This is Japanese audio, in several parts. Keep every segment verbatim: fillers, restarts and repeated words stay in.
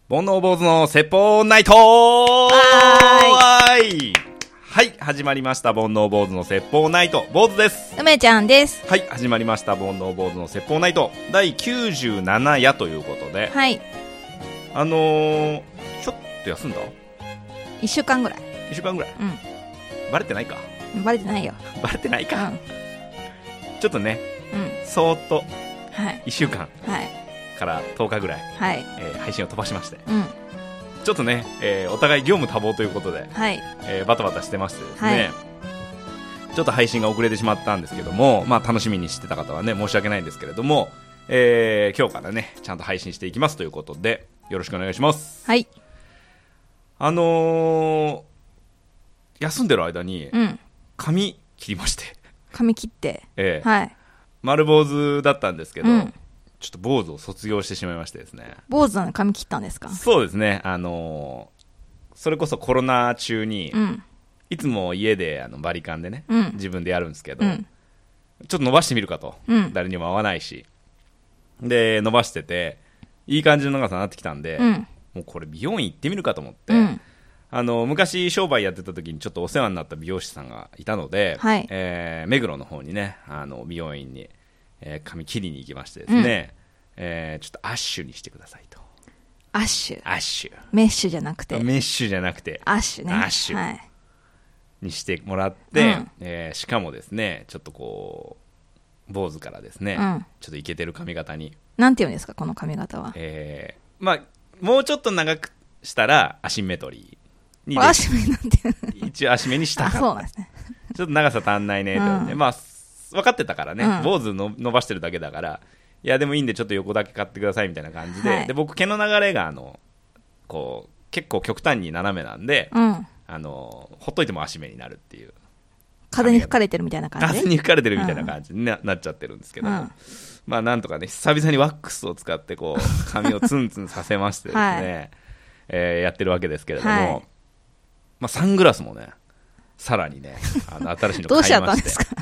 煩悩坊主の説法ナイトはーいはい、始まりました煩悩坊主の説法ナイト。坊主です。 梅ちゃんです。 はい、始まりました煩悩坊主の説法ナイトだいきゅうじゅうなな夜ということで、 はい、 あのー、ちょっと休んだいっしゅうかんぐらい。 いっしゅうかんぐらい、うん、バレてないか。 バレてないよ。 バレてないか、うん、ちょっとね、 うん、 そーっといっしゅうかん、 はい、 からとおかぐらい、はい、えー、配信を飛ばしまして、うん、ちょっとね、えー、お互い業務多忙ということで、はい、えー、バタバタしてましてですね、はい、ちょっと配信が遅れてしまったんですけども、まあ、楽しみにしてた方はね申し訳ないんですけれども、えー、今日からねちゃんと配信していきますということでよろしくお願いします。はい。あのー、休んでる間に、うん、髪切りまして髪切って、 えー、はい、丸坊主だったんですけど、うん、ちょっと坊主を卒業してしまいましてですね。 坊主なのに髪切ったんですか？ そうですね、あのー、それこそコロナ中に、うん、いつも家であのバリカンでね、うん、自分でやるんですけど、うん、ちょっと伸ばしてみるかと、うん、誰にも合わないしで伸ばしてていい感じの長さになってきたんで、うん、もうこれ美容院行ってみるかと思って、うん、あの昔商売やってた時にちょっとお世話になった美容師さんがいたので、はい、えー、目黒の方にねあの美容院に、えー、髪切りに行きましてですね、うん、えー、ちょっとアッシュにしてくださいと。 アッシュアッシュメッシュじゃなくてメッシュじゃなくてアッシュね。 アッシュ、はい、にしてもらって、うん、えー、しかもですねちょっとこう坊主からですね、うん、ちょっとイケてる髪型に。 なんていうんですかこの髪型は。 えー、まあもうちょっと長くしたらアシンメトリーに足目なんて一応足目にしたかった。 そうなんですね。 ちょっと長さ足んないねと、ね、うん、まあ分かってたからね、うん、坊主の伸ばしてるだけだからいやでもいいんでちょっと横だけ買ってくださいみたいな感じで、はい、で僕毛の流れがあのこう結構極端に斜めなんで、うん、あのほっといても足目になるっていう風に吹かれてるみたいな感じ。 風に吹かれてるみたいな感じに な,、うん、なっちゃってるんですけど、うん、まあなんとかね久々にワックスを使ってこう髪をツンツンさせましてですね、はい、えー、やってるわけですけれども、はい、まあ、サングラスもねさらにねあの新しいの買いましてどうしちゃったんですか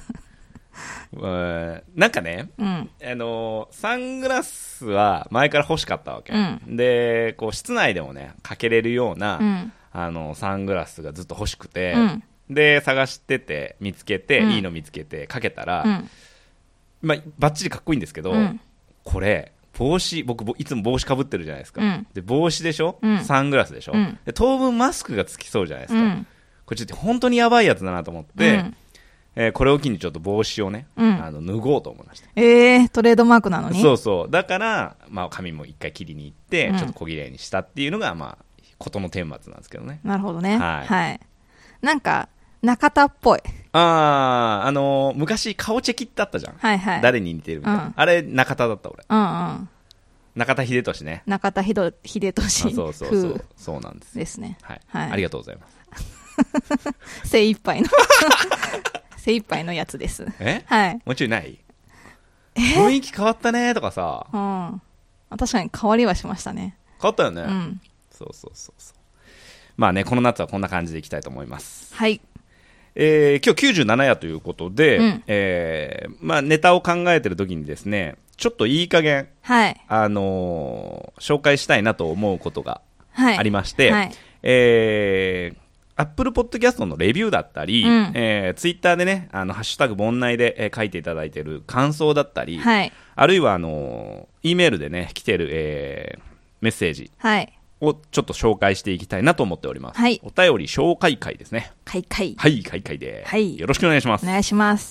なんかね、うん、あのサングラスは前から欲しかったわけ、うん、でこう室内でもねかけれるような、うん、あのサングラスがずっと欲しくて、うん、で探してて見つけて、うん、いいの見つけてかけたら、うん、まあ、バッチリかっこいいんですけど、うん、これ帽子僕いつも帽子かぶってるじゃないですか、うん、で帽子でしょ、うん、サングラスでしょ、うん、で当分マスクがつきそうじゃないですか、うん、これちょっと本当にやばいやつだなと思って、うん、えー、これを機にちょっと帽子をね、うん、あの脱ごうと思いました。 えー、トレードマークなのに。 そうそうだから、まあ、髪も一回切りに行って、うん、ちょっと小綺麗にしたっていうのがまあ事の顛末なんですけどね。 なるほどね、はいはい、なんか中田っぽい。 あー、あのー、昔顔チェキってあったじゃん、はいはい、誰に似てるみたいな、うん、あれ中田だった俺、うんうん、中田秀俊ね。 中田秀俊そうそうそうそうなんですですね、 はいはい、ありがとうございます精一杯の精一杯のやつです。 え、はい、もうちょいない？雰囲気変わったねとかさ、 うん、確かに変わりはしましたね。 変わったよね、うん、そうそうそうそう。まあねこの夏はこんな感じでいきたいと思います。 はい。 えー、今日きゅうじゅうなな夜ということで、うん、えーまあ、ネタを考えてる時にですねちょっといい加減、はい、あのー、紹介したいなと思うことがありまして、はいはい、えー、Apple Podcast のレビューだったり、うん、えー、Twitter でねあのハッシュタグ盆内で、えー、書いていただいている感想だったり、はい、あるいはあのー、E メールでね来てる、えー、メッセージ、はいをちょっと紹介していきたいなと思っております、はい、お便り紹介会ですね。 会会はい会会で、はい、よろしくお願いします。 お願いします。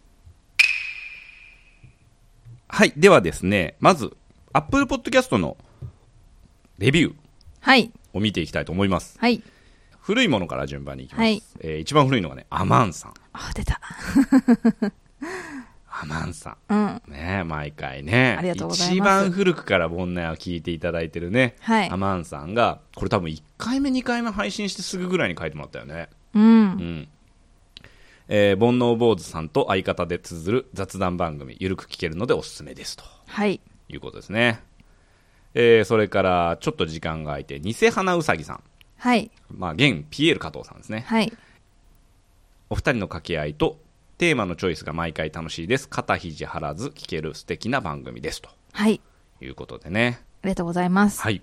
はい、ではですねまず Apple Podcast のレビューを見ていきたいと思います、はい、古いものから順番にいきます、はい、えー、一番古いのがねアマンさん。 あ出たアマンさん、うん、ね、毎回ねありがとうございます。 一番古くから盆内を聞いていただいてるね、はい、アマンさんがこれ多分いっかいめにかいめ配信してすぐぐらいに書いてもらったよね。うん、うん、えー、煩悩坊主さんと相方で綴る雑談番組ゆるく聞けるのでおすすめですと、はい、いうことですね。えー、それからちょっと時間が空いて偽花うさぎさん、はい、まあ、現ピエール加藤さんですね、はい、お二人の掛け合いとテーマのチョイスが毎回楽しいです。肩肘張らず聞ける素敵な番組ですと、はい、いうことでね。 ありがとうございます。 はい、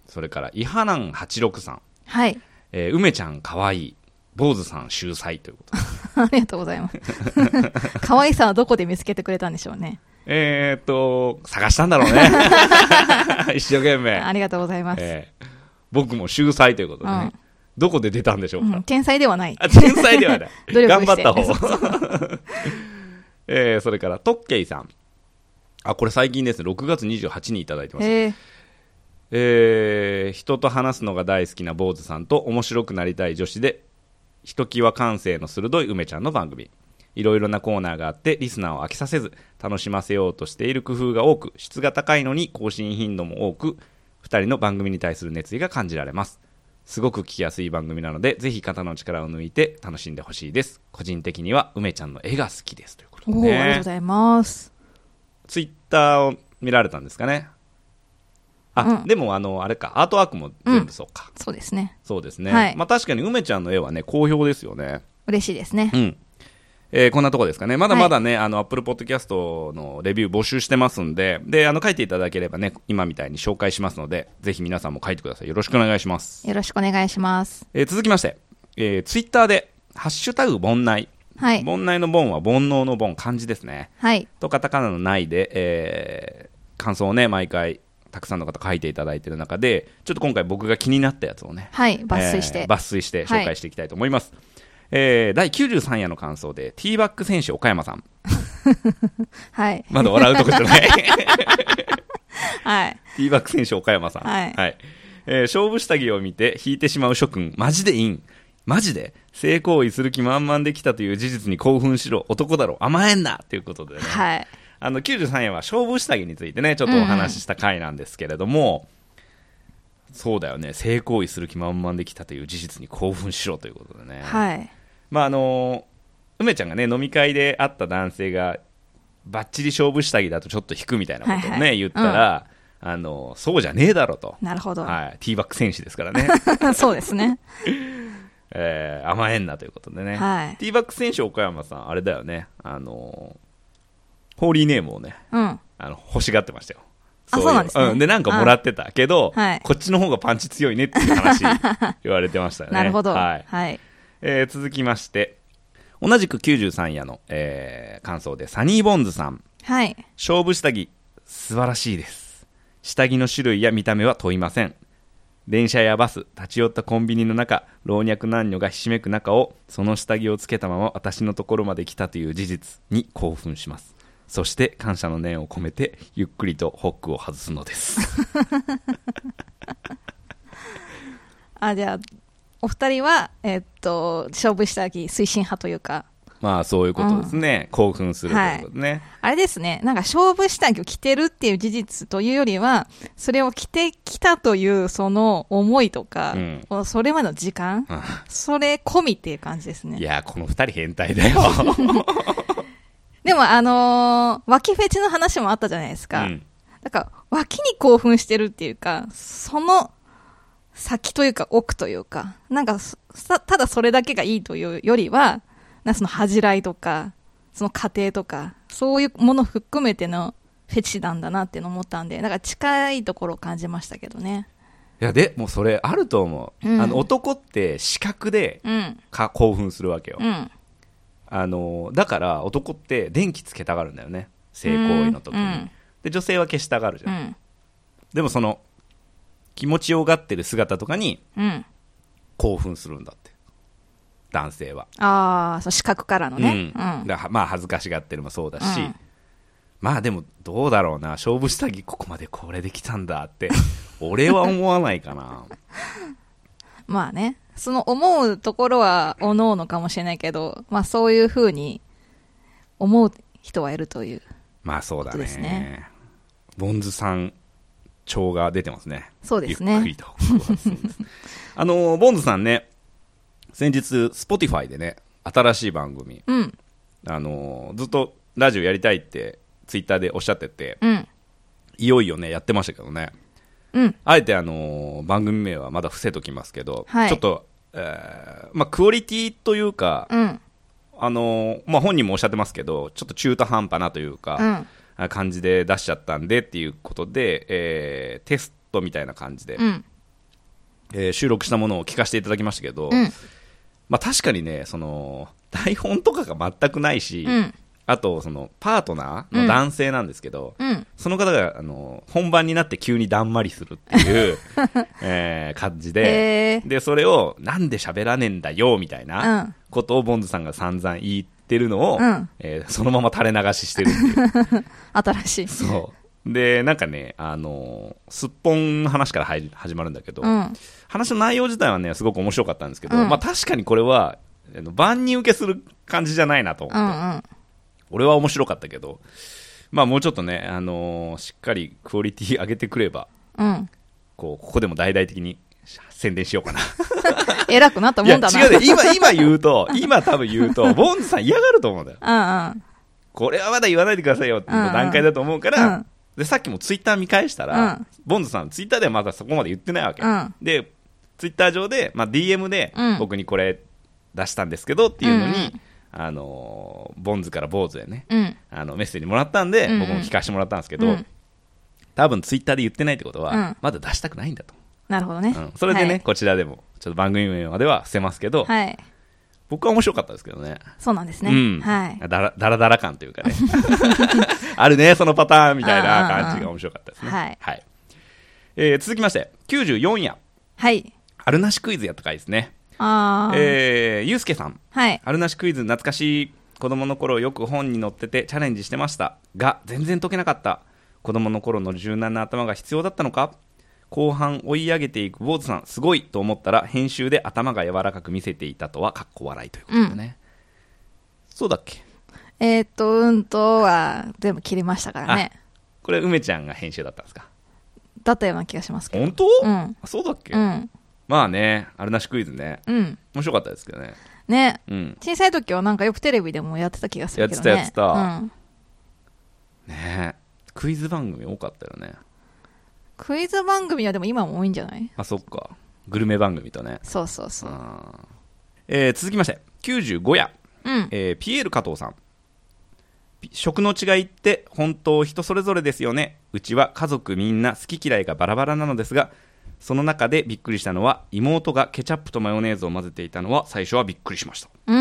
それからイハナンはちろくさん、 はい、 えー、梅ちゃんかわいい、坊主さん秀才ということでありがとうございます可愛さはどこで見つけてくれたんでしょうね。 えーっと探したんだろうね一生懸命。 ありがとうございます、 えー、僕も秀才ということでね、うん、どこで出たんでしょうか、 うん、天才ではない。 あ、天才ではない努力して頑張った方えー、それからトッケイさん、あ、これ最近ですね、ろくがつにじゅうはちにちにいただいてます。 へー、 えー、人と話すのが大好きな坊主さんと面白くなりたい女子でひときわ感性の鋭い梅ちゃんの番組、いろいろなコーナーがあってリスナーを飽きさせず楽しませようとしている工夫が多く、質が高いのに更新頻度も多く、ふたりの番組に対する熱意が感じられます。すごく聞きやすい番組なのでぜひ肩の力を抜いて楽しんでほしいです。個人的には梅ちゃんの絵が好きですということで、ね、 おー、ありがとうございます。 ツイッターを見られたんですかね。あ、うん、でもあのあれか、アートワークも全部そうか、 うん、そうですね。 そうですね、 はい、 まあ、確かに梅ちゃんの絵はね好評ですよね。 嬉しいですね。 うん、えー、こんなとこですかね。まだまだね、はい、あの Apple Podcast のレビュー募集してますんで、であの書いていただければね今みたいに紹介しますので、ぜひ皆さんも書いてください。よろしくお願いします。 よろしくお願いします。 えー、続きまして、えー、ツイッターでハッシュタグ盆内、はい、盆内の盆は煩悩の盆、漢字ですね、 はい、 とカタカナの内で、えー、感想をね毎回たくさんの方書いていただいている中で、ちょっと今回僕が気になったやつをね、 はい、抜粋して、 えー、抜粋して紹介していきたいと思います、はい、えー、だいきゅうじゅうさん夜の感想でティーバック選手岡山さんはい、 まだ笑うとこじゃないはい、 ティーバック選手岡山さん、 はいはい、えー、勝負下着を見て引いてしまう諸君、マジでいいん、マジで性行為する気満々できたという事実に興奮しろ、男だろ甘えんなということでね、 はい、 あのきゅうじゅうさん夜は勝負下着についてねちょっとお話しした回なんですけれども、うん、そうだよね、性行為する気満々できたという事実に興奮しろということでね、 はい、 まああの梅ちゃんがね飲み会で会った男性がバッチリ勝負下着だとちょっと引くみたいなことをね、はいはい、言ったら、うん、あのそうじゃねえだろと。 なるほど、 はい、ティーバック選手ですからねそうですねえー、甘えんなということでね、 はい、 ティーバック選手岡山さんあれだよね、あのホーリーネームをね、うん、あの欲しがってましたよ。 そういう、あ、そうなんですね、 うん、でなんかもらってたけど、 はい、 こっちの方がパンチ強いねっていう話言われてましたよねなるほど、 はいはい、 えー、続きまして同じくきゅうじゅうさん夜の、えー、感想でサニーボンズさん、 はい、 勝負下着素晴らしいです。下着の種類や見た目は問いません。電車やバス、立ち寄ったコンビニの中、老若男女がひしめく中をその下着をつけたまま私のところまで来たという事実に興奮します。そして感謝の念を込めてゆっくりとホックを外すのですあ、じゃあお二人は、えー、っと勝負下着推進派というか、 まあそういうことですね、うん、興奮するということね、 はい、あれですね、なんか勝負下着を着てるっていう事実というよりはそれを着てきたというその思いとか、うん、それまでの時間、うん、それ込みっていう感じですね。 いやこの二人変態だよでもあのー、脇フェチの話もあったじゃないですか、うん、だから脇に興奮してるっていうかその先というか奥というかなんかただそれだけがいいというよりはなその恥じらいとかその過程とかそういうものを含めてのフェチなんだなっていうのを思ったんで、だから近いところを感じましたけどね。 いやでもそれあると思う、うん、あの男って視覚でか、うん、興奮するわけよ、うん、あのだから男って電気つけたがるんだよね、性行為の時に、うん、で女性は消したがるじゃん、うん、でもその気持ちよがってる姿とかに興奮するんだって、男性は。 ああ、そう視覚からのね、 うんうん、だまあ恥ずかしがってるもそうだし、うん、まあでもどうだろうな、勝負下着ここまでこれできたんだって俺は思わないかなまあね、その思うところはおのおのかもしれないけど、まあそういう風に思う人はいるという、 まあそうだね。ボンズさん調が出てますね。 そうですね。 ゆっくりとあのボンズさんね、先日 Spotify でね新しい番組、うん、あのずっとラジオやりたいってツイッターでおっしゃってて、うん、いよいよねやってましたけどね、うん、あえてあの番組名はまだ伏せときますけど、はい、ちょっと、えーまあ、クオリティというか、うん、あのまあ、本人もおっしゃってますけどちょっと中途半端なというか、うん、感じで出しちゃったんでっていうことで、えー、テストみたいな感じで、うん、 えー、収録したものを聞かせていただきましたけど、うん、まあ確かにね、その、台本とかが全くないし、うん、あと、その、パートナーの男性なんですけど、うん、その方が、あの、本番になって急にだんまりするっていう、えー、感じで、で、それを、なんで喋らねえんだよ、みたいなことをボンズさんが散々言ってるのを、うん、えー、そのまま垂れ流ししてるっていう。 新しい。 そう。で、なんかね、あの、すっぽんの話から始まるんだけど、うん、話の内容自体はね、すごく面白かったんですけど、うん、まあ確かにこれは、万人受けする感じじゃないなと思って。うんうん、俺は面白かったけど、まあもうちょっとね、あのー、しっかりクオリティ上げてくれば、うん、こう、ここでも大々的に宣伝しようかな。 偉くなったもんだな。 いや、違うね。今、今言うと、今多分言うと、ボンズさん嫌がると思うんだよ。うんうん、これはまだ言わないでくださいよっての段階だと思うから、うんうん、で、さっきもツイッター見返したら、うん、ボンズさんツイッターではまだそこまで言ってないわけ。うん、で、ツイッター上で、まあ ディーエム で、僕にこれ出したんですけどっていうのに、うんうん、あのボンズから坊主へね、うん、あのメッセージもらったんで、うんうん、僕も聞かせてもらったんですけど、うん、多分ツイッターで言ってないってことは、うん、まだ出したくないんだと。 なるほどね、 うん、それでね、はい、こちらでもちょっと番組名までは伏せますけど、はい、僕は面白かったですけどね。 そうなんですね、 うん、はい、だらだらだら感というかねあるねそのパターンみたいな感じが面白かったですね。はい、はい、えー、続きましてきゅうじゅうよん夜、はい、あるなしクイズやった回ですね。あえー、ゆうすけさん、はい、あるなしクイズ懐かしい。子供の頃よく本に載っててチャレンジしてましたが全然解けなかった。子供の頃の柔軟な頭が必要だったのか。後半追い上げていく坊主さんすごいと思ったら編集で頭が柔らかく見せていたとはかっこ笑いということでね、うん、そうだっけ。 えー、っとうんとは全部切りましたからね。 これ梅ちゃんが編集だったんですか。 だったような気がしますけど。 本当、うん、そうだっけ、うん、まあね、あるなしクイズね、うん、面白かったですけどね。 ね、うん、小さい時はなんかよくテレビでもやってた気がするけどね。 やってたやってた、うん、ね、クイズ番組多かったよね。 クイズ番組はでも今も多いんじゃない。 あ、そっか、グルメ番組とね。 そうそうそう。 えー、続きましてきゅうじゅうご夜、うんえー、ピエール加藤さん。食の違いって本当人それぞれですよね。うちは家族みんな好き嫌いがバラバラなのですが、その中でびっくりしたのは妹がケチャップとマヨネーズを混ぜていたのは最初はびっくりしました。うん、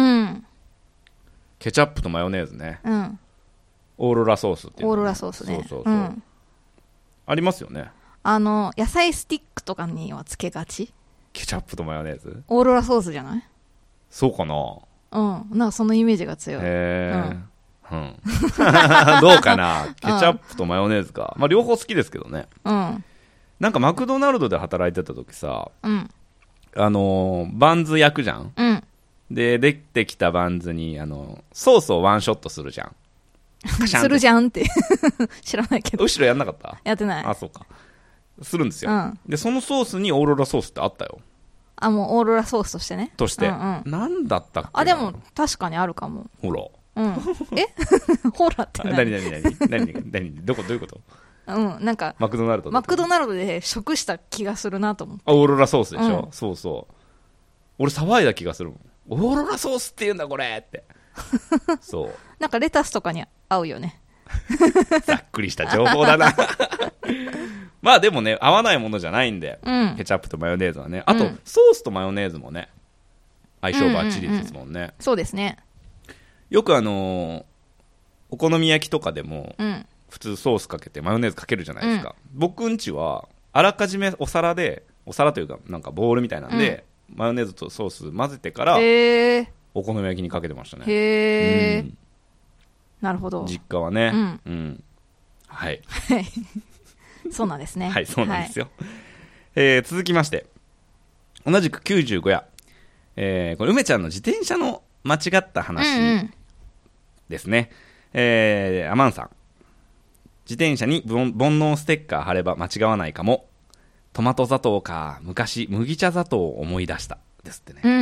ケチャップとマヨネーズね、うん、オーロラソースっていう、ね、 オーロラソースね。そうそうそう、うん、ありますよね。 あの野菜スティックとかにはつけがち。 ケチャップとマヨネーズオーロラソースじゃない。 そうかな。 うん、なんかそのイメージが強い。 へー、うんうん、どうかな。ケチャップとマヨネーズか、まあ、両方好きですけどね、うん、なんかマクドナルドで働いてた時さ、うん、あのー、バンズ焼くじゃん、うん、でできてきたバンズにあのソースをワンショットするじゃんするじゃんって知らないけど。 後ろやんなかった。 やってない。 あ、そうか。するんですよ、うん、でそのソースにオーロラソースってあったよ。 あ、もうオーロラソースとしてね。 として、うんうん、なんだったっけ。 あ、でも確かにあるかも。 ほら、うん、 えほらって何何何何何何どこどういうこと。 うん、なんかマクドナルドマクドナルドで食した気がするなと思って。 あ、オーロラソースでしょ、うん、そうそう。俺騒いだ気がするもん。オーロラソースって言うんだこれってそうなんかレタスとかに合うよねざっくりした情報だなまあでもね、合わないものじゃないんで、うん、ケチャップとマヨネーズはね。あと、うん、ソースとマヨネーズもね相性バッチリですもんね、うんうんうん、 そうですね。 よくあのー、お好み焼きとかでも、うん、普通ソースかけてマヨネーズかけるじゃないですか、うん、僕んちはあらかじめお皿で、お皿というかなんかボウルみたいなんで、うん、マヨネーズとソース混ぜてからお好み焼きにかけてましたね。 へえ、うん、なるほど。 実家はね、うんうん、はいそうなんですね。 はい、そうなんですよ、はい。えー、続きまして同じくきゅうじゅうご夜、えー、これ梅ちゃんの自転車の間違った話ですね、うんうん、えー、アマンさん。自転車に煩悩ステッカー貼れば間違わないかも。トマト砂糖か、昔麦茶砂糖を思い出したですってね。うん、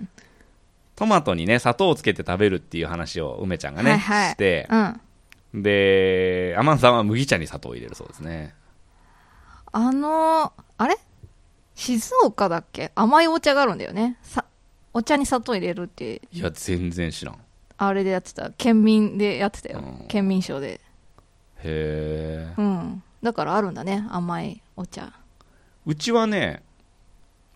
トマトにね砂糖をつけて食べるっていう話を梅ちゃんがね、はいはい、して、うん、でアマンさんは麦茶に砂糖を入れるそうですね。 あのー、あれ静岡だっけ、甘いお茶があるんだよね。さお茶に砂糖入れるって。 いや全然知らん。 あれでやってた、県民でやってたよ、うん、県民賞で。へえ、うん、だからあるんだね、甘いお茶。 うちはね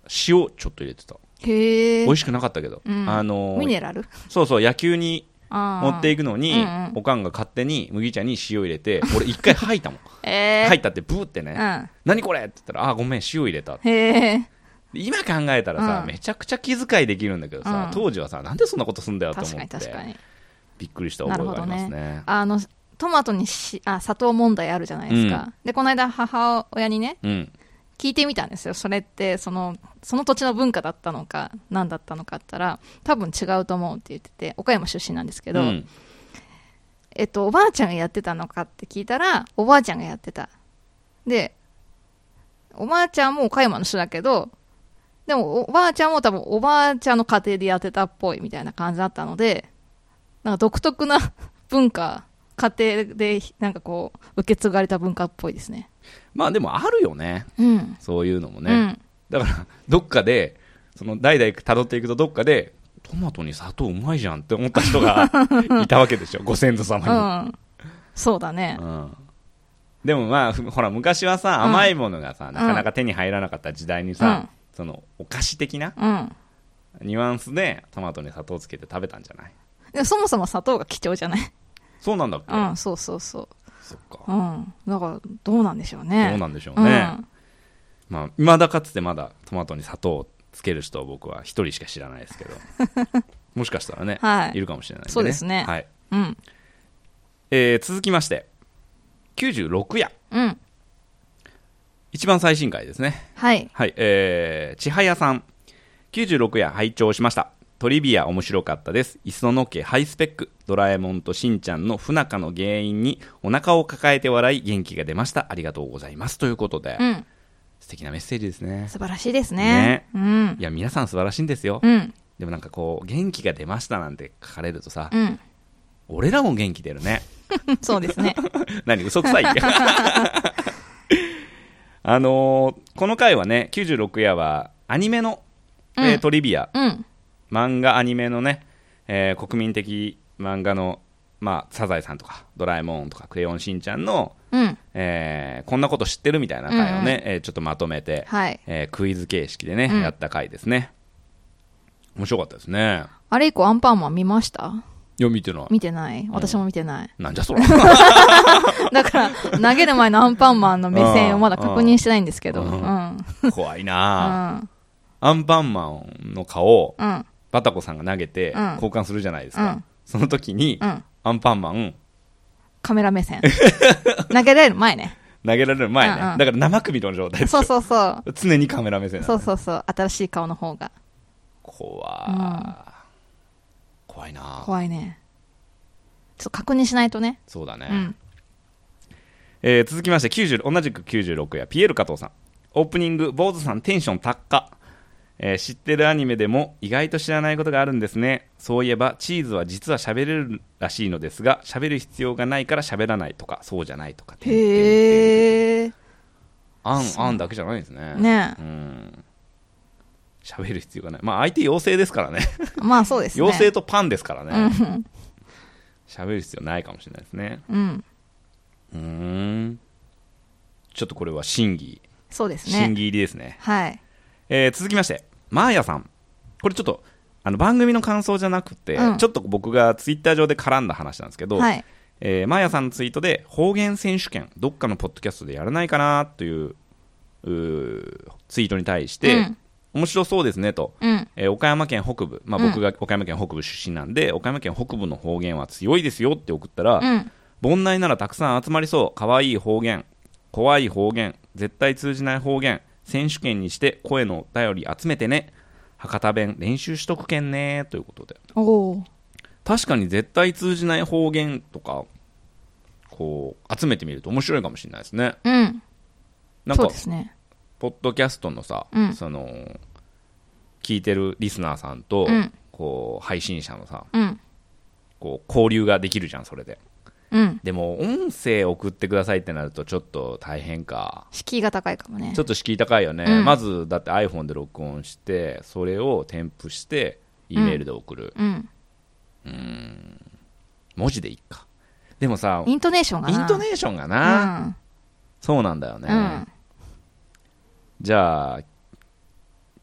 塩ちょっと入れてた。 へえ。 美味しくなかったけど、 うん、 あのー、 ミネラルそうそう、野球に持っていくのに、うんうん、おかんが勝手に麦茶に塩入れて、俺一回吐いたもん。えー、吐いたってブーってね、うん、何これって言ったら、あ、ごめん、塩入れたって。へー、今考えたらさ、うん、めちゃくちゃ気遣いできるんだけどさ、うん、当時はさ、なんでそんなことすんだよと思って、確かに確かにびっくりした覚えがありますね。ね、 あのトマトにしあ砂糖問題あるじゃないですか、うん、でこの間母親にね、うん、聞いてみたんですよ。それってそのその土地の文化だったのか何だったのかって言ったら、多分違うと思うって言ってて、岡山出身なんですけど、うん、えっとおばあちゃんがやってたのかって聞いたら、おばあちゃんがやってた。でおばあちゃんも岡山の人だけど、でもおばあちゃんも多分おばあちゃんの家庭でやってたっぽいみたいな感じだったので、なんか独特な文化、家庭でなんかこう受け継がれた文化っぽいですね。 まあでもあるよね、うん、そういうのもね、うん、だからどっかでその代々辿っていくと、どっかでトマトに砂糖うまいじゃんって思った人がいたわけでしょご先祖様に、うん、そうだね、うん、でもまあほら昔はさ、甘いものがさ、うん、なかなか手に入らなかった時代にさ、うん、そのお菓子的な、うん、ニュアンスでトマトに砂糖つけて食べたんじゃない？ でもそもそも砂糖が貴重じゃない？ そうなんだっけ？ うん、そうそうそう。 そっか。 うん。だからどうなんでしょうね。 どうなんでしょうね。うん、まあ未だかつてまだトマトに砂糖をつける人は僕は一人しか知らないですけど、もしかしたらね、はい、いるかもしれないんでね。 そうですね。 はい。うん。えー、続きましてきゅうじゅうろく夜。うん。一番最新回ですね。 はい。 はい。えー、ちはやさん、きゅうじゅうろく夜拝聴しました。トリビア面白かったです。磯野家ハイスペック、ドラえもんとしんちゃんの不仲の原因にお腹を抱えて笑い元気が出ました。ありがとうございます。ということで、うん、素敵なメッセージですね。 素晴らしいですね。ね、うん、 いや皆さん素晴らしいんですよ、うん、でもなんかこう元気が出ましたなんて書かれるとさ、うん、俺らも元気出るね。 そうですね。 何嘘くさい。あのー、この回はね、きゅうじゅうろく夜はアニメの、うんえー、トリビア、うん漫画アニメのね、えー、国民的漫画の、まあ、サザエさんとかドラえもんとかクレヨンしんちゃんの、うんえー、こんなこと知ってるみたいな回をね、うんうんえー、ちょっとまとめて、はいえー、クイズ形式でね、うん、やった回ですね。面白かったですね。 あれ以降アンパンマン見ました？ いや見てない見てない私も見てない、 うん、なんじゃそら。 だから投げる前のアンパンマンの目線をまだ確認してないんですけど、うんうん、怖いな、うん、アンパンマンの顔を、うんバタコさんが投げて交換するじゃないですか、うん、その時に、うん、アンパンマンカメラ目線投げられる前ね投げられる前ね、うんうん、だから生首の状態ですよ。 そうそうそう常にカメラ目線、ね、 そうそうそう新しい顔の方が怖、うん、怖いな怖いね。ちょっと確認しないとね。 そうだね、うんえー、続きましてきゅうじゅう同じくきゅうじゅうろく夜ピエール加藤さんオープニング坊主さんテンション高っえー、知ってるアニメでも意外と知らないことがあるんですね。そういえばチーズは実は喋れるらしいのですが喋る必要がないから喋らないとかそうじゃないとかへーあんあんだけじゃないんですね。 ねうん喋る必要がない。まあ相手妖精ですからね。 まあそうですね。 妖精とパンですからね。喋る必要ないかもしれないですね。うんうーんちょっとこれは審議そうですね審議入りですね。 はい、 えー、続きましてマーヤさんこれちょっとあの番組の感想じゃなくて、うん、ちょっと僕がツイッター上で絡んだ話なんですけど、はいえー、マーヤさんのツイートで方言選手権どっかのポッドキャストでやらないかなという、うツイートに対して、うん、面白そうですねと、うんえー、岡山県北部、まあ、僕が岡山県北部出身なんで、うん、岡山県北部の方言は強いですよって送ったら、うん、盆内ならたくさん集まりそうかわいい方言怖い方言絶対通じない方言選手権にして声の頼り集めてね博多弁練習しとくけんねということでお確かに絶対通じない方言とかこう集めてみると面白いかもしれないですね。うんなんかそうですねポッドキャストのさ、うん、その聞いてるリスナーさんと、うん、こう配信者のさ、うん、こう交流ができるじゃんそれでうん、でも音声送ってくださいってなるとちょっと大変か敷居が高いかもね。 ちょっと敷居高いよね、うん、まずだって iPhone で録音してそれを添付して E メールで送る、うん、うーん文字でいいか。でもさイントネーションがなイントネーションがな、うん、そうなんだよね、うん、じゃあ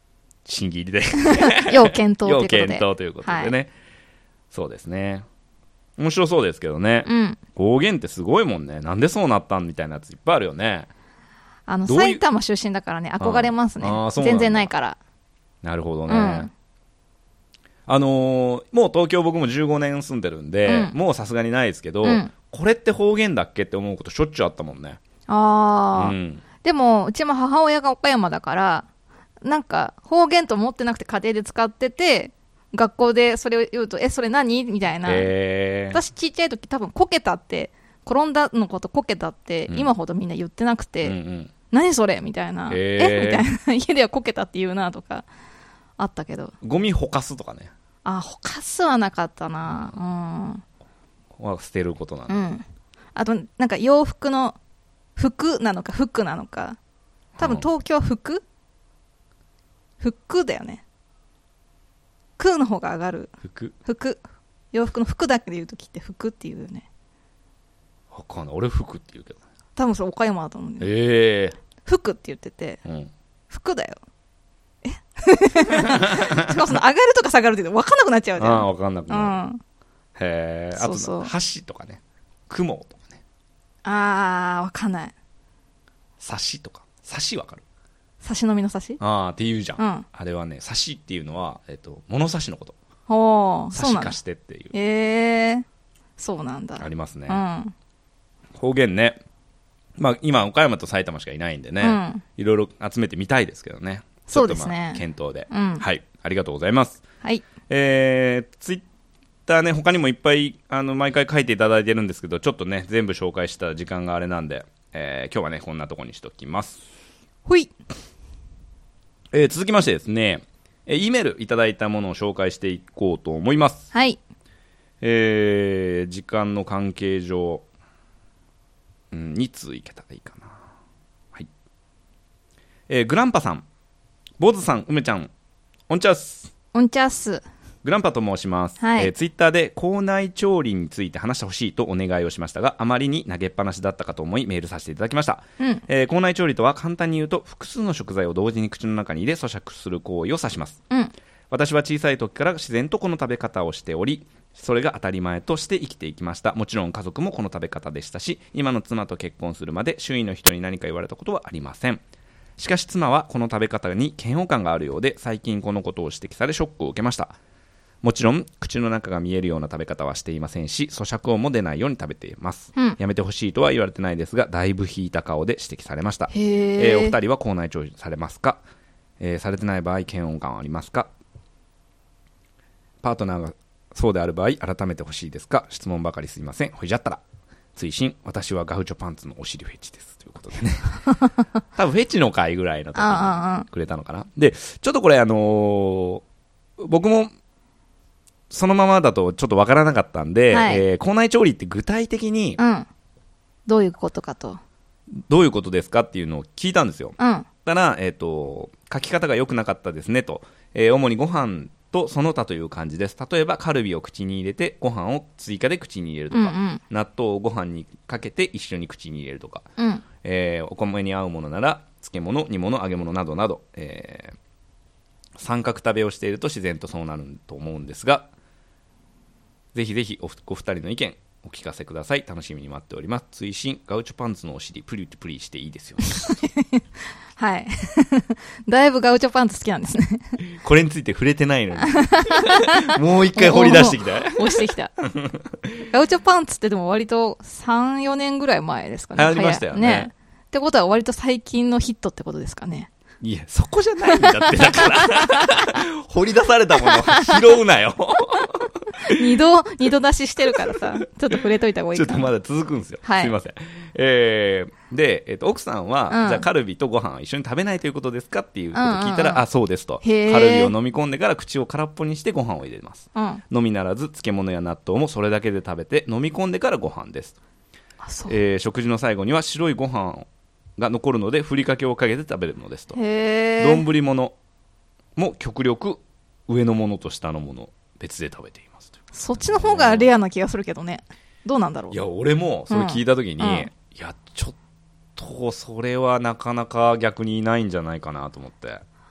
審議入りで要検討ということで要検討ということでね、はい、そうですね、面白そうですけどね、 うん、 方言ってすごいもんね。なんでそうなったんみたいなやついっぱいあるよね。 あの埼玉出身だからね、憧れますね。ああ、全然ないから。 なるほどね、うん、あのー、もう東京僕もじゅうごねん住んでるんで、うん、もうさすがにないですけど、うん、これって方言だっけって思うことしょっちゅうあったもんね。 ああ、うん、でもうちも母親が岡山だからなんか方言と思ってなくて家庭で使ってて、学校でそれを言うとえそれ何みたいな。私ちっちゃい時多分こけたって転んだのことこけたって、うん、今ほどみんな言ってなくて、うんうん、何それみたいな、えみたいな、家ではこけたって言うなとかあったけど。 ゴミほかすとかね。 あ、ほかすはなかったな、 うん、は捨てることなんだ、 うん、あとなんか洋服の服なのか服なのか、多分東京は服、服だよね。空の方が上がる。 服服洋服の服だけで言うときって服っていうよね。 わかんない、俺服って言うけど多分それ岡山だと思うんだよ、 えー、 服って言ってて、うん、服だよ。えしかもその上がるとか下がるって言うと分かんなくなっちゃうじゃん。 ああ分かんなくなる、うん、へえ。あとそうそう、 橋とかね、雲とかね。 ああ分かんない。 差しとか、差し分かる？ 差し飲みの差し？ ああって言うじゃん、 うん、 あれはね、差しっていうのは、えっと、物差しのこと。 お差し貸してっていう。 ええー、そうなんだ。 ありますね、 うん、 方言ね。まあ今岡山と埼玉しかいないんでね、うん、いろいろ集めてみたいですけどね。 そうですね、 検討で、 うん、 はい、ありがとうございます。 はい、 えー、ツイッターね、他にもいっぱいあの毎回書いていただいてるんですけど、ちょっとね全部紹介した時間があれなんで、えー、今日はねこんなとこにしておきます。 ほい、 えー、続きましてですね、えー、E メールいただいたものを紹介していこうと思います。 はい、 えー、時間の関係上、うん、に通いけたらいいかな。はい、えー、グランパさん、坊主さん、梅ちゃん、オンチャス。 オンチャス。 グランパと申します、 はい、 えー、ツイッターで校内調理について話してほしいとお願いをしましたが、あまりに投げっぱなしだったかと思いメールさせていただきました、 うん、 えー、校内調理とは簡単に言うと複数の食材を同時に口の中に入れ咀嚼する行為を指します、 うん、 私は小さい時から自然とこの食べ方をしており、それが当たり前として生きていきました。もちろん家族もこの食べ方でしたし、今の妻と結婚するまで周囲の人に何か言われたことはありません。しかし妻はこの食べ方に嫌悪感があるようで、最近このことを指摘されショックを受けました。もちろん口の中が見えるような食べ方はしていませんし、咀嚼音も出ないように食べています、 うん、 やめてほしいとは言われてないですが、だいぶ引いた顔で指摘されました。 へー、 えー、お二人は校内調理されますか？えー、されてない場合嫌悪感はありますか？パートナーがそうである場合改めてほしいですか？質問ばかりすいません。ほいじゃったら追伸、私はガウチョパンツのお尻フェチですということでね多分フェチの回ぐらいの時にくれたのかな。でちょっとこれあのー、僕もそのままだとちょっとわからなかったんで、はい、えー、校内調理って具体的に、 うん、どういうことかと、 どういうことですかっていうのを聞いたんですよ、 うん、 たら、えーと、書き方が良くなかったですねと、えー、主にご飯とその他という感じです。例えばカルビを口に入れてご飯を追加で口に入れるとか、 うんうん、 納豆をご飯にかけて一緒に口に入れるとか、 うん、 えー、お米に合うものなら漬物、煮物、揚げ物などなど、えー、三角食べをしていると自然とそうなると思うんですが、ぜひぜひ お, お二人の意見お聞かせください。楽しみに待っております。追伸、ガウチョパンツのお尻プリプリしていいですよはいだいぶガウチョパンツ好きなんですねこれについて触れてないのにもう一回掘り出してきた押してきたガウチョパンツってでも割とさん、よねんぐらい前ですかね。 流行りましたよ ね, ねってことは割と最近のヒットってことですかね。 いやそこじゃないんだってだから掘り出されたものを拾うなよ二度二度出ししてるからさ、ちょっと触れといた方がいいかな。 ちょっとまだ続くんですよ、 はい、 すいません、えー、で、えー、と奥さんは、うん、じゃあカルビとご飯は一緒に食べないということですかっていうことを聞いたら、うんうんうん、あそうですと、カルビを飲み込んでから口を空っぽにしてご飯を入れます、 うん、 のみならず漬物や納豆もそれだけで食べて飲み込んでからご飯です。 あそう、 えー、食事の最後には白いご飯が残るのでふりかけをかけて食べるのですと。丼物も極力上のものと下のもの別で食べていますと。 そっちの方がレアな気がするけどね。どうなんだろう。 いや俺もそれ聞いた時に、うんうん、いやちょっとそれはなかなか逆にいないんじゃないかなと思って。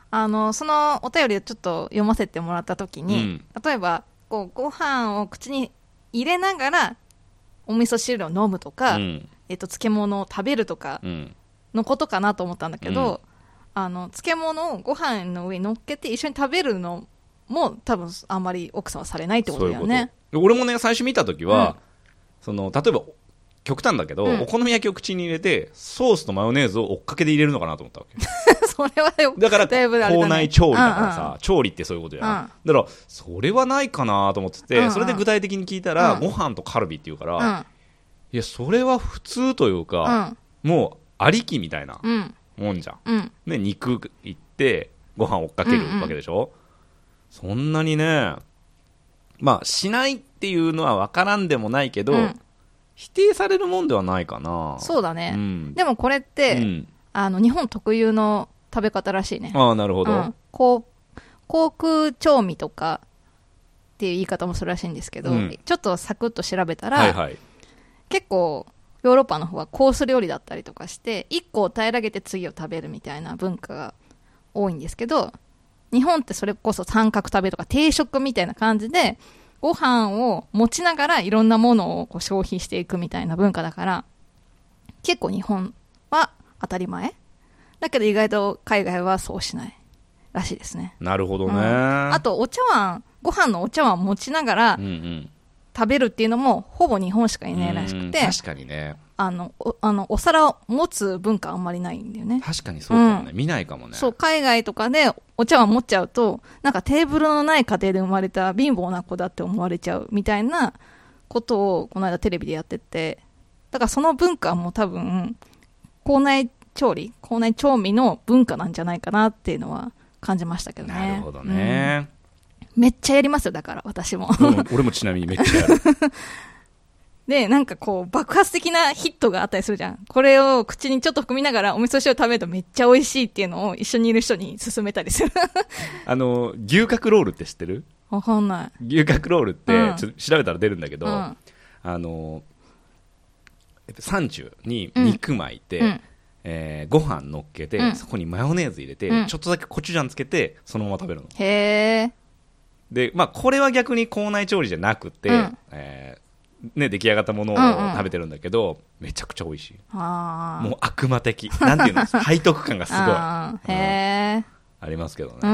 あのそのお便りをちょっと読ませてもらった時に、うん、例えばこうご飯を口に入れながらお味噌汁を飲むとか、うん、えっと、漬物を食べるとかのことかなと思ったんだけど、うん、あの漬物をご飯の上に乗っけて一緒に食べるのも多分あんまり奥さんはされないってことだよね。 そういうこと。俺もね最初見た時は、うん、その例えば極端だけど、うん、お好み焼きを口に入れてソースとマヨネーズを追っかけで入れるのかなと思ったわけそれはよだから口内調理だからさ、うんうん、調理ってそういうことじゃん、うん、だからそれはないかなと思ってて、うんうん、それで具体的に聞いたら、うん、ご飯とカルビって言うから、うん、いやそれは普通というか、うん、もうありきみたいなもんじゃん、うんね、肉いってご飯追っかけるわけでしょ、うんうん、そんなにねまあしないっていうのは分からんでもないけど、うん否定されるもんではないかな。 そうだね、うん、でもこれって、うん、あの日本特有の食べ方らしいね。 ああなるほど、うん、 こう航空調味とかっていう言い方もするらしいんですけど、うん、ちょっとサクッと調べたら、はいはい、結構ヨーロッパの方はコース料理だったりとかしていっこを平らげて次を食べるみたいな文化が多いんですけど、日本ってそれこそ三角食べとか定食みたいな感じでご飯を持ちながらいろんなものをこう消費していくみたいな文化だから結構日本は当たり前だけど意外と海外はそうしないらしいですね。 なるほどね、うん、 あとお茶碗ご飯のお茶碗を持ちながら食べるっていうのもほぼ日本しかいないらしくて、 確かにねあの お, あのお皿を持つ文化あんまりないんだよね。 確かにそうかもね、うん、見ないかもね。 そう海外とかでお茶碗持っちゃうとなんかテーブルのない家庭で生まれた貧乏な子だって思われちゃうみたいなことをこの間テレビでやってて、だからその文化も多分校内調理校内調味の文化なんじゃないかなっていうのは感じましたけどね。 なるほどね、 うん、めっちゃやりますよだから私も、 うん、俺もちなみにめっちゃやるでなんかこう爆発的なヒットがあったりするじゃん。これを口にちょっと含みながらお味噌汁を食べるとめっちゃ美味しいっていうのを一緒にいる人に勧めたりするあの牛角ロールって知ってる？ わかんない。 牛角ロールって、うん、ちょっと調べたら出るんだけど、うん、あのサンチュに肉巻いて、うんえー、ご飯乗っけて、うん、そこにマヨネーズ入れて、うん、ちょっとだけコチュジャンつけてそのまま食べるの。 へー。 で、まあ、これは逆に校内調理じゃなくて、うんえーね、出来上がったものを食べてるんだけど、うんうん、めちゃくちゃ美味しい。あもう悪魔的なんていうの背徳感がすごいあ、へー、ありますけどね、うん、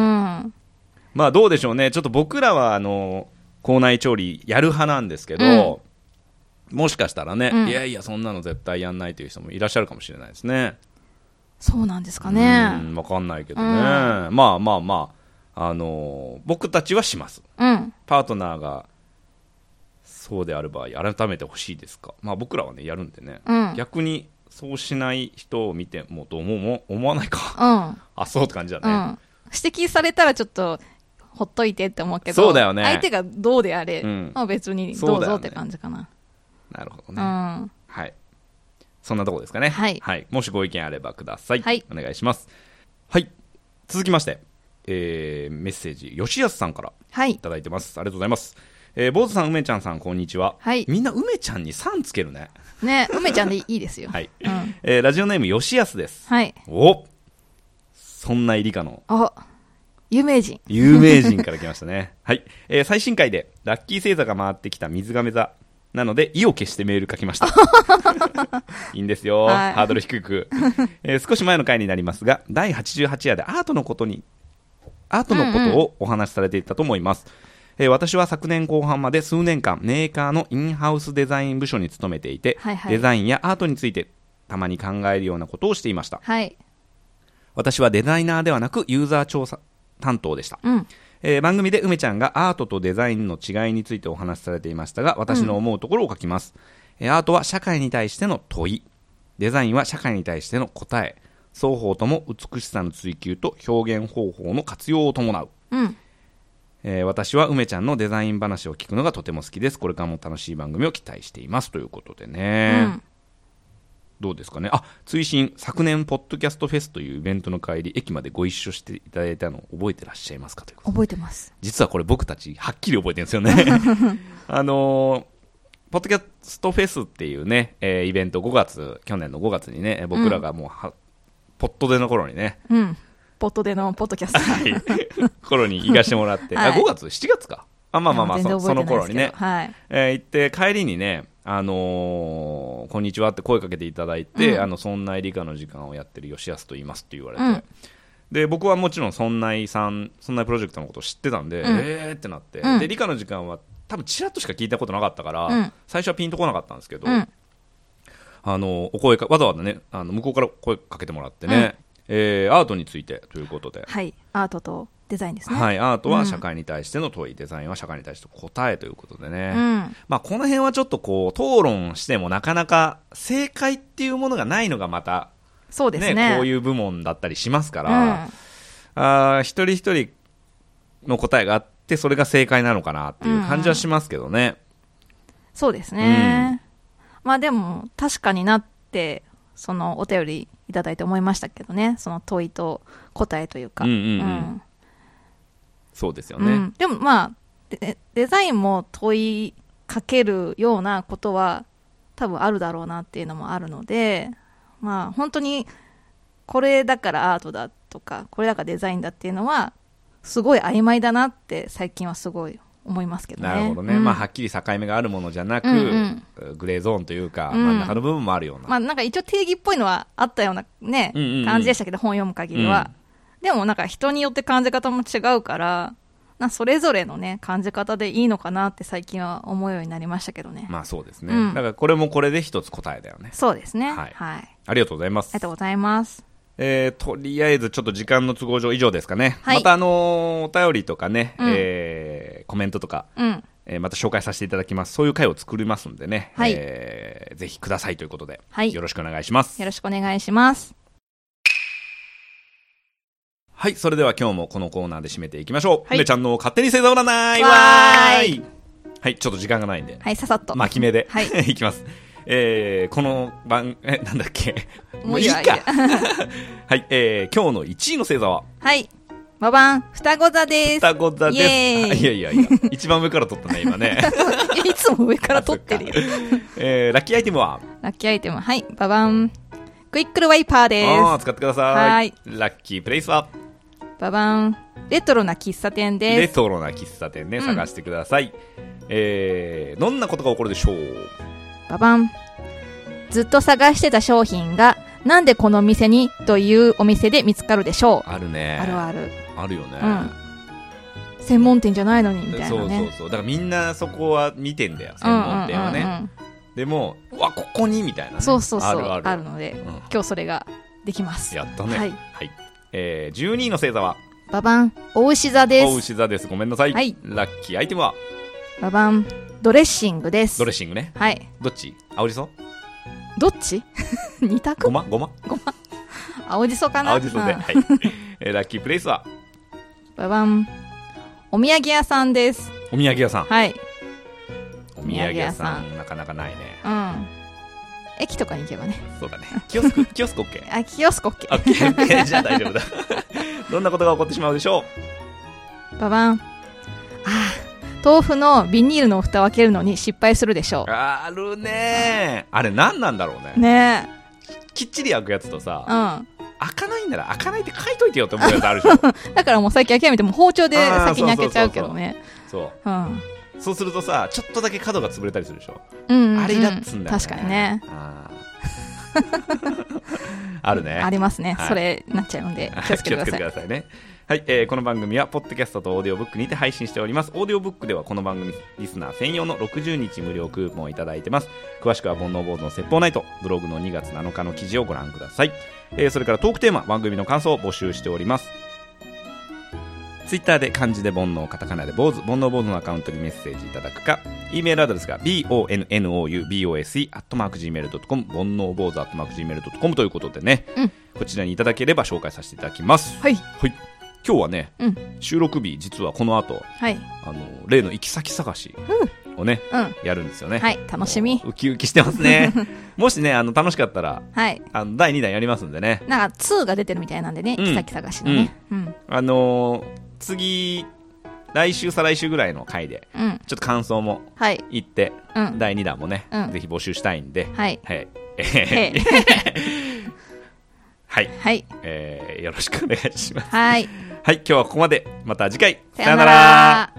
まあどうでしょうね。ちょっと僕らはあの校内調理やる派なんですけど、うん、もしかしたらね、うん、いやいやそんなの絶対やんないという人もいらっしゃるかもしれないですね。 そうなんですかね。 うん分かんないけどね、うん、まあまあまあ、あのー、僕たちはします、うん、パートナーがそうである場合改めてほしいですか。まあ僕らはねやるんでね、うん、逆にそうしない人を見てもどうも思わないか、うん、あそうって感じだね、うん、 指摘されたらちょっとほっといてって思うけどそうだよね相手がどうであれ、うん、まあ、別にどうぞって感じかな、ね、 なるほどね、うん、はいそんなとこですかね、はいはい、もしご意見あればください、はい、お願いします。はい続きまして、えー、メッセージ吉安さんからいただいてます、はい、ありがとうございます。えー、坊主さん梅ちゃんさんこんにちは、はい、みんな梅ちゃんにさんつけるねね梅ちゃんでいいですよはい、 うんえー、ラジオネーム吉安です、はい、おそんな入りかのお有名人有名人から来ましたねはい、えー、最新回でラッキー星座が回ってきた水亀座なので意を決してメール書きましたいいんですよ、はい、ハードル低く、えー、少し前の回になりますがだいはちじゅうはちわでアートのことにアートのことをお話しされていたと思います、うんうんえー、私は昨年後半まで数年間メーカーのインハウスデザイン部署に勤めていて、はいはい、デザインやアートについてたまに考えるようなことをしていました、はい、私はデザイナーではなくユーザー調査担当でした、うんえー、番組で梅ちゃんがアートとデザインの違いについてお話しされていましたが私の思うところを書きます、うん、アートは社会に対しての問い、デザインは社会に対しての答え、双方とも美しさの追求と表現方法の活用を伴う、うんえー、私は梅ちゃんのデザイン話を聞くのがとても好きです。これからも楽しい番組を期待していますということでね、うん、どうですかね。あ追伸昨年ポッドキャストフェスというイベントの帰り駅までご一緒していただいたのを覚えてらっしゃいますかということ。 覚えてます。 実はこれ僕たちはっきり覚えてるんですよねあのーポッドキャストフェスっていうね、えー、イベントごがつ去年のごがつにね僕らがもうは、うん、ポットでの頃にね、うんポットでのポッドキャスト、はい、 頃に行かしてもらって、はい、あごがつしちがつかあまあまあまあ そ, その頃にね、 はいえー、行って帰りにねあのー、こんにちはって声かけていただいて、うん、あのそんない理科の時間をやってる吉安と言いますって言われて、うん、で僕はもちろんそんないさんそんないプロジェクトのことを知ってたんで、うん、えーってなって、うん、で理科の時間は多分ちらっとしか聞いたことなかったから、うん、最初はピンとこなかったんですけど、うん、あのお声かわざわざねあの向こうから声かけてもらってね、うんえー、アートについてということで、 はいアートとデザインですね。 はい、アートは社会に対しての問い、うん、デザインは社会に対して答えということでね、うんまあ、この辺はちょっとこう討論してもなかなか正解っていうものがないのがまたそうですね、 こういう部門だったりしますから、うん、あ一人一人の答えがあってそれが正解なのかなっていう感じはしますけどね、うん、 そうですね、うん、まあでも確かになってそのお便りいただいて思いましたけどね、その問いと答えというか、うんうんうんうん、 そうですよね、うん、 でもまあ デ, デザインも問いかけるようなことは多分あるだろうなっていうのもあるので、まあ本当にこれだからアートだとかこれだからデザインだっていうのはすごい曖昧だなって最近はすごい思いますけどね。 なるほどね、うんまあ、はっきり境目があるものじゃなく、うんうん、グレーゾーンというか、うん、真ん中の部分もあるような、 まあ、なんか一応定義っぽいのはあったような、ねうんうんうん、感じでしたけど本読む限りは、うん、でもなんか人によって感じ方も違うからなそれぞれの、ね、感じ方でいいのかなって最近は思うようになりましたけどね。 まあそうですね、うん、だからこれもこれで一つ答えだよね。 そうですね、 はいはい、 ありがとうございます。 ありがとうございます。 えー、とりあえずちょっと時間の都合上以上ですかね、はい、またあのー、お便りとかね、うんえー、コメントとか、うんえー、また紹介させていただきます。そういう回を作りますんでね、はいえー、ぜひくださいということで、はい、よろしくお願いします。 よろしくお願いします。 はい、それでは今日もこのコーナーで締めていきましょう。はい、梅ちゃんの勝手に星座占いわーい。はい、ちょっと時間がないんで、 はい、ささっと巻き目で、はい、いきます。えー、この番えなんだっけもういいかはい、えー、今日のいちいの星座ははいババン双子座です。 双子座です。 イエーイ。 いやいやいや一番上から取ったね今ねいつも上から取ってるよえー、ラッキーアイテムはラッキーアイテムはいババンクイックルワイパーです。 あ使ってください。はい。ラッキープレイスはババンレトロな喫茶店です。 レトロな喫茶店ね、うん、探してください。えー、どんなことが起こるでしょう。 ババンずっと探してた商品がなんでこの店にというお店で見つかるでしょう。 あるね。 あるあるあるよね、 うん、専門店じゃないのにみたいなね。 そうそうそうだからみんなそこは見てんだよ専門店はね、うんうんうんうん、でもわここにみたいな、ね、 そうそうそうあるあるあるので、うん、今日それができます。 やったね。 はい、 はいえー、じゅうにいの星座はババンお牛座です。 お牛座です。ごめんなさい、はい、ラッキーアイテムはババンドレッシングです。 ドレッシングね。 はいどっち青じそどっち二択ごまごまごま青じそかな。 青じそで、うん、はいえー、ラッキープレイスはババンお土産屋さんです。 お土産屋さん。 はいお土産屋さんなかなかないね。 うん駅とかに行けばね。 そうだねキオスクキオスク OK あキオスク OK, OK じゃあ大丈夫だどんなことが起こってしまうでしょう。ババンあ豆腐のビニールの蓋を開けるのに失敗するでしょう。 あるねあれ何なんだろうね。 ねきっちり開くやつとさ、 うん、 開かないんなら開かないって書いといてよって思うやつあるでしょだからもう最近諦めても包丁で先に開けちゃうけどね。 そう、うん、そうするとさちょっとだけ角が潰れたりするでしょ、 うんうんうん、 あれイラッつんだよね。 確かにねああるねありますね、はい、それなっちゃうので気をつけてください気をつけてくださいね。はい、えー、この番組はポッドキャストとオーディオブックにて配信しております。オーディオブックではこの番組リスナー専用のろくじゅうにち無料クーポンをいただいてます。詳しくは煩悩坊主の説法ナイトブログのにがつなのかの記事をご覧ください。えー、それからトークテーマ番組の感想を募集しております。ツイッターで漢字で煩悩カタカナで坊主煩悩坊主のアカウントにメッセージいただくか E メールアドレスが ボノノボース アットマーク ジーメール ドットコム 煩悩坊主 アットマーク ジーメール ドットコム ということでね、うん、こちらにいただければ紹介させていただきます。 はい、 はい、今日はね、うん、収録日実はこの後、はい、あの例の行き先探しをね、うん、やるんですよね。 はい楽しみ。 ウキウキしてますねもしねあの楽しかったら、 はい、 あのだいにだんやりますんでね。 なんかツーが出てるみたいなんでね、うん、行き先探しのね、うんうん、 あのー、次来週再来週ぐらいの回で、うん、ちょっと感想も言って、はい、だいにだんもね、うん、ぜひ募集したいんで、 はい、 はいはい、 はいえー、よろしくお願いします。 はい、 はい、今日はここまで。また次回。 さよなら。